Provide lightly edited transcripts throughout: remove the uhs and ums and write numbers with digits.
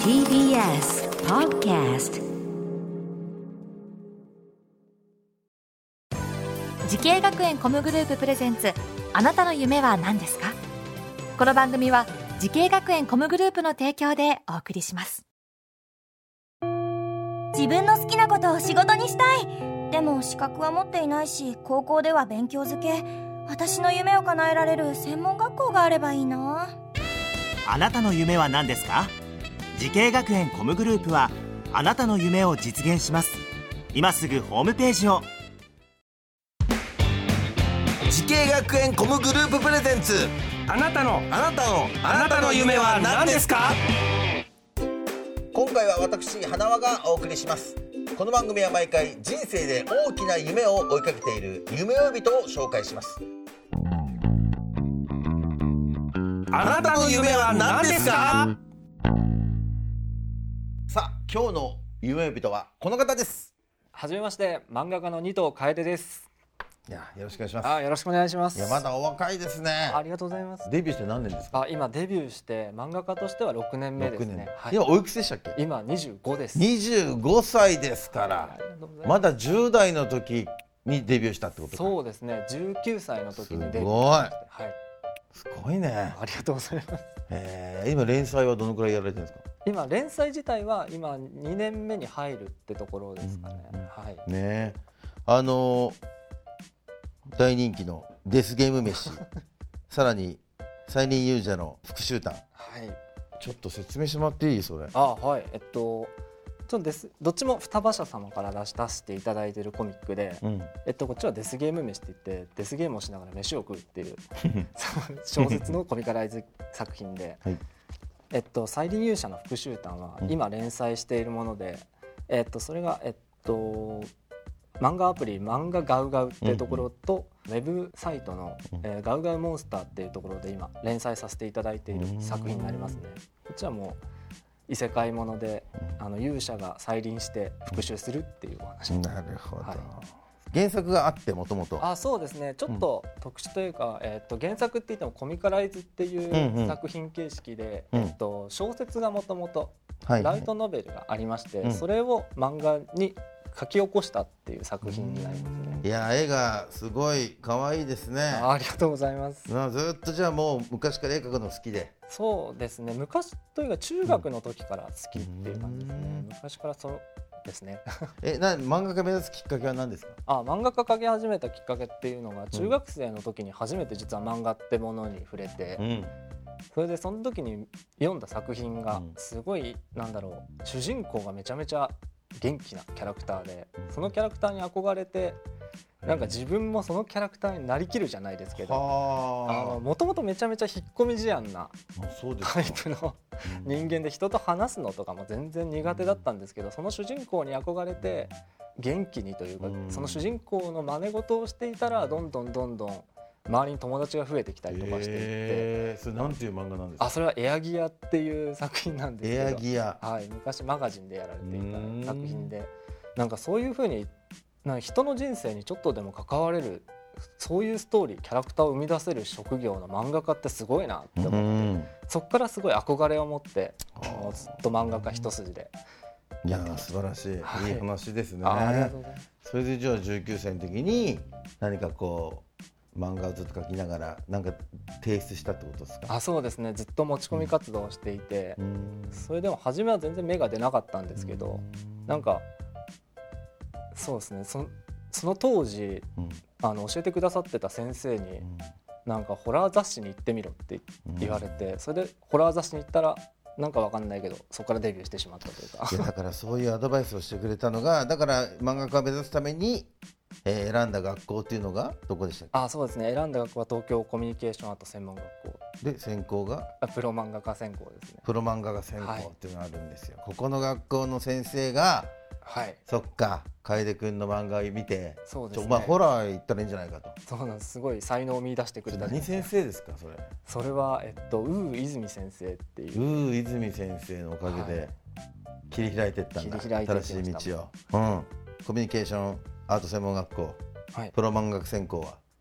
TBS Podcast。 時系学園コムグループプレゼンツ、あなたの夢は何ですか？この番組は時系学園コムグループの提供でお送りします。 自分の好きなことを仕事にしたい。でも資格は持っていないし、高校では勉強づけ。私の夢を叶えられる専門学校があればいいな。 あなたの夢は何ですか？時系学園コムグループはあなたの夢を実現します。今すぐホームページを。 時系学園コムグループプレゼンツ、 あなたの夢は何ですか？ 今回は私花輪がお送りします。この番組は毎回人生で大きな夢を追いかけている夢追い人を紹介します。 あなたの夢は何ですか？ さあ、今日の夢追い人はこの方です。 はじめまして、漫画家の二藤楓です。 いや、よろしくお願いします。 よろしくお願いします。 いや、まだお若いですね。 ありがとうございます。 デビューして何年ですか？ 今デビューして漫画家としては6年目ですね。はい、 今おいくつでしたっけ？ 今25です。 25歳ですから、まだ10代の時にデビューしたってことか。 そうですね、19歳の時にデビューしました。 すごい、はい、すごいね。 ありがとうございます。 今連載はどのくらいやられてるんですか？ 今連載自体は今2年目に入るってところですかね。はい、 ね、大人気のデスゲーム飯さらに再臨勇者の復讐譚、はい、ちょっと説明してもらっていい？それ。 はい、ちょっとどっちも双葉社様から出していただいているコミックで、こっちはデスゲーム飯って言ってデスゲームをしながら飯を食うっていう小説のコミカライズ作品で、はい、再臨勇者の復讐譚は今連載しているもので、それが漫画アプリ漫画ガウガウっていうところと、ウェブサイトの、ガウガウモンスターっていうところで今連載させていただいている作品になりますね。こっちはもう異世界もので、勇者が再臨して復讐するっていうお話。 なるほど、はい、原作があってもともと。 そうですね、ちょっと特殊というか、原作って言ってもコミカライズっていう作品形式で、小説がもともとライトノベルがありまして、それを漫画に書き起こしたっていう作品になりますね。 いや、絵がすごい可愛いですね。 ありがとうございます。 ずっとじゃあもう昔から絵描くの好きで。 そうですね、昔というか中学の時から好きっていう感じですね。昔からそうですね。 漫画家目指すきっかけは何ですか？ 漫画家描き始めたきっかけっていうのが、中学生の時に初めて実は漫画ってものに触れて、それでその時に読んだ作品がすごい、主人公がめちゃめちゃ元気なキャラクターで、そのキャラクターに憧れて、自分もそのキャラクターになりきるじゃないですけど、もともとめちゃめちゃ引っ込み思案なタイプの人間で、人と話すのとかも全然苦手だったんですけど、その主人公に憧れて元気にというか、その主人公の真似事をしていたら、どんどん周りに友達が増えてきたりとかしていって。 それなんていう漫画なんですか？ それはエアギアっていう作品なんですけど、 エアギア、 昔マガジンでやられていた作品で、そういう風に人の人生にちょっとでも関われる、そういうストーリー、キャラクターを生み出せる職業の漫画家ってすごいなって思って、そこからすごい憧れを持って、もうずっと漫画家一筋で。 いや、素晴らしい、いい話ですね。ありがとうございます。それでじゃあ19歳の時に何かこう漫画をずっと描きながら提出したってことですか？ そうですね、ずっと持ち込み活動をしていて、それでも初めは全然芽が出なかったんですけど、そうですね、その当時、教えてくださってた先生に、ホラー雑誌に行ってみろって言われて、それでホラー雑誌に行ったら分かんないけど、そこからデビューしてしまったというか。 いや、だからそういうアドバイスをしてくれたのが、だから漫画家を目指すために選んだ学校っていうのがどこでしたっけ？ そうですね、選んだ学校は東京コミュニケーションアート専門学校で、専攻がプロ漫画家専攻ですね。 プロ漫画家専攻っていうのがあるんですよ。ここの学校の先生が、そっか、楓君の漫画を見て、 そうですね、 ホラー行ったらいいんじゃないかと。 そうなんです、すごい才能を見出してくれた。 何先生ですか？ それは泉先生っていう。 泉先生のおかげで切り開いていったんだ、新しい道を。コミュニケーションアート専門学校、プロ漫画専攻は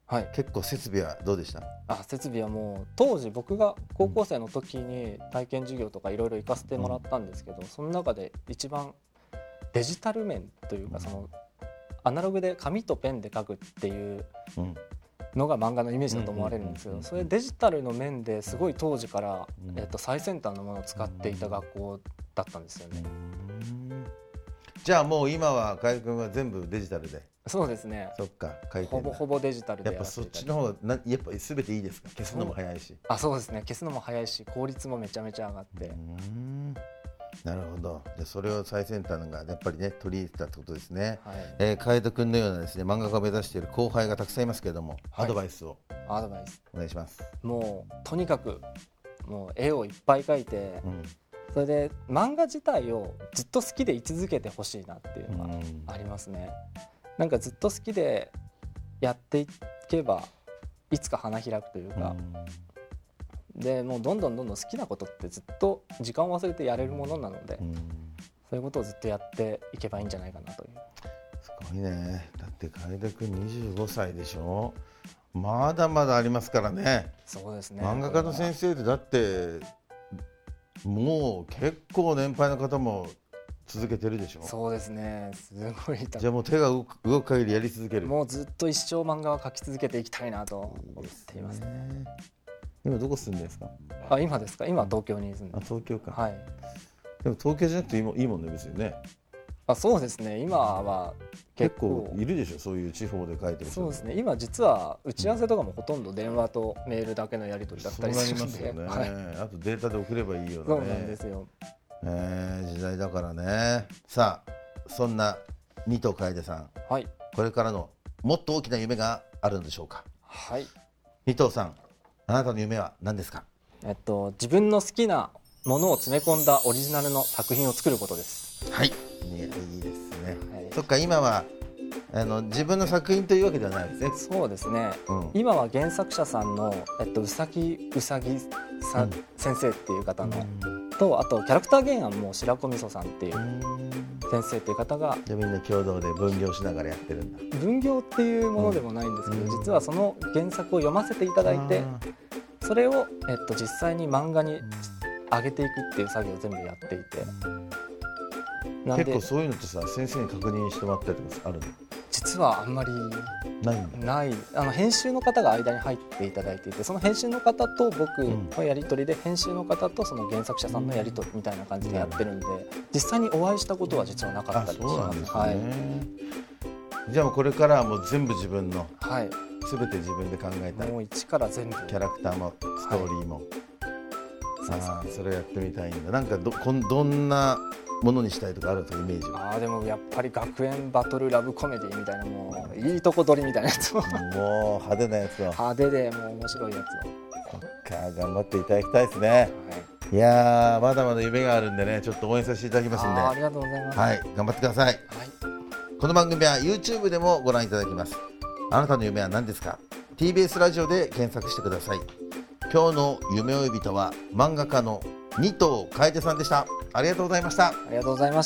はい、 結構設備はどうでした？ 設備はもう当時僕が高校生の時に体験授業とかいろいろ行かせてもらったんですけど、その中で一番デジタル面というか、そのアナログで紙とペンで書くっていうのが漫画のイメージだと思われるんですけど、それデジタルの面ですごい当時から、最先端のものを使っていた学校だったんですよね。 じゃあもう今は楓君は全部デジタルで？ そうですね。 そっか、 ほぼデジタルでやっぱそっちの方がやっぱ全ていいですか？消すのも早いし。 そうですね、消すのも早いし効率もめちゃめちゃ上がって。 なるほど。でそれを最先端がやっぱりね取り入れたってことですね。楓君のようなですね漫画家を目指している後輩がたくさんいますけれども、アドバイスお願いします。 もうとにかくもう絵をいっぱい描いて、それで漫画自体をずっと好きで居続けてほしいなっていうのがありますね。なんかずっと好きでやっていけばいつか花開くというか、でもうどんどん好きなことってずっと時間を忘れてやれるものなので、そういうことをずっとやっていけばいいんじゃないかなという。 すごいね。だって楓君25歳でしょ。まだまだありますからね。 そうですね。 漫画家の先生でだってもう結構年配の方も続けてるでしょ。 そうですね。すごい。 じゃあもう手が動く限りやり続ける。 もうずっと一生漫画を描き続けていきたいなと思っています。 今どこ住んでるんですか？ 今ですか？今東京に住んでます。 東京か。 はい。 でも東京じゃなくていいもんね別にね。 そうですね。今は結構いるでしょ、そういう地方で書いてる人。 そうですね。今実は打ち合わせとかもほとんど電話とメールだけのやり取りだったりするんで。 そうなりますよね。あとデータで送ればいいよね。 そうなんですよ。 時代だからね。さあそんな二藤楓さん、これからのもっと大きな夢があるんでしょうか？ はい。 二藤さん、あなたの夢は何ですか？ 自分の好きなものを詰め込んだオリジナルの作品を作ることです。 はい。いいですね。そっか、今は自分の作品というわけではないですね。 そうですね。今は原作者さんのうさぎ先生っていう方のと、あとキャラクター原案も白子みそさんっていう先生っていう方が、 みんな共同で分業しながらやってるんだ。 分業っていうものでもないんですけど、実はその原作を読ませていただいて、それを実際に漫画に上げていくっていう作業を全部やっていて、 結構そういうのってさ、先生に確認してもらったりとかあるの？ 実はあんまりない。編集の方が間に入っていただいていて、その編集の方と僕のやり取りで、編集の方とその原作者さんのやり取りみたいな感じでやってるんで、実際にお会いしたことは実はなかったりします。そうなんですね。 じゃあこれからはもう全部自分の、全て自分で考えた、 もう一から全部キャラクターもストーリーも、それをやってみたいんだ。なんかどんなものにしたいとかあるとイメージは？ でもやっぱり学園バトルラブコメディみたいな、もういいとこ取りみたいなやつをもう派手なやつを、 派手でもう面白いやつを、 そっか、頑張っていただきたいですね。いやー、まだまだ夢があるんでね、ちょっと応援させていただきますんで、 ありがとうございます。 頑張ってください。この番組は YouTube でもご覧いただきます。あなたの夢は何ですか？ TBS ラジオで検索してください。今日の夢追い人は漫画家の二藤楓さんでした。ありがとうございました。 ありがとうございました。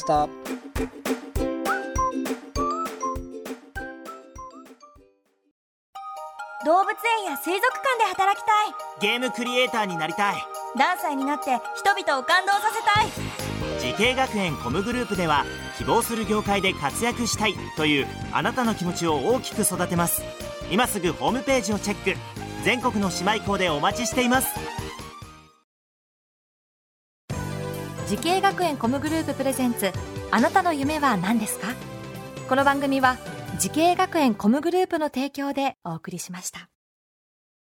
動物園や水族館で働きたい。 ゲームクリエイターになりたい。 何歳になって人々を感動させたい。 時系学園コムグループでは、希望する業界で活躍したいというあなたの気持ちを大きく育てます。今すぐホームページをチェック。全国の姉妹校でお待ちしています。 時系学園コムグループプレゼンツ、あなたの夢は何ですか？この番組は時系学園コムグループの提供でお送りしました。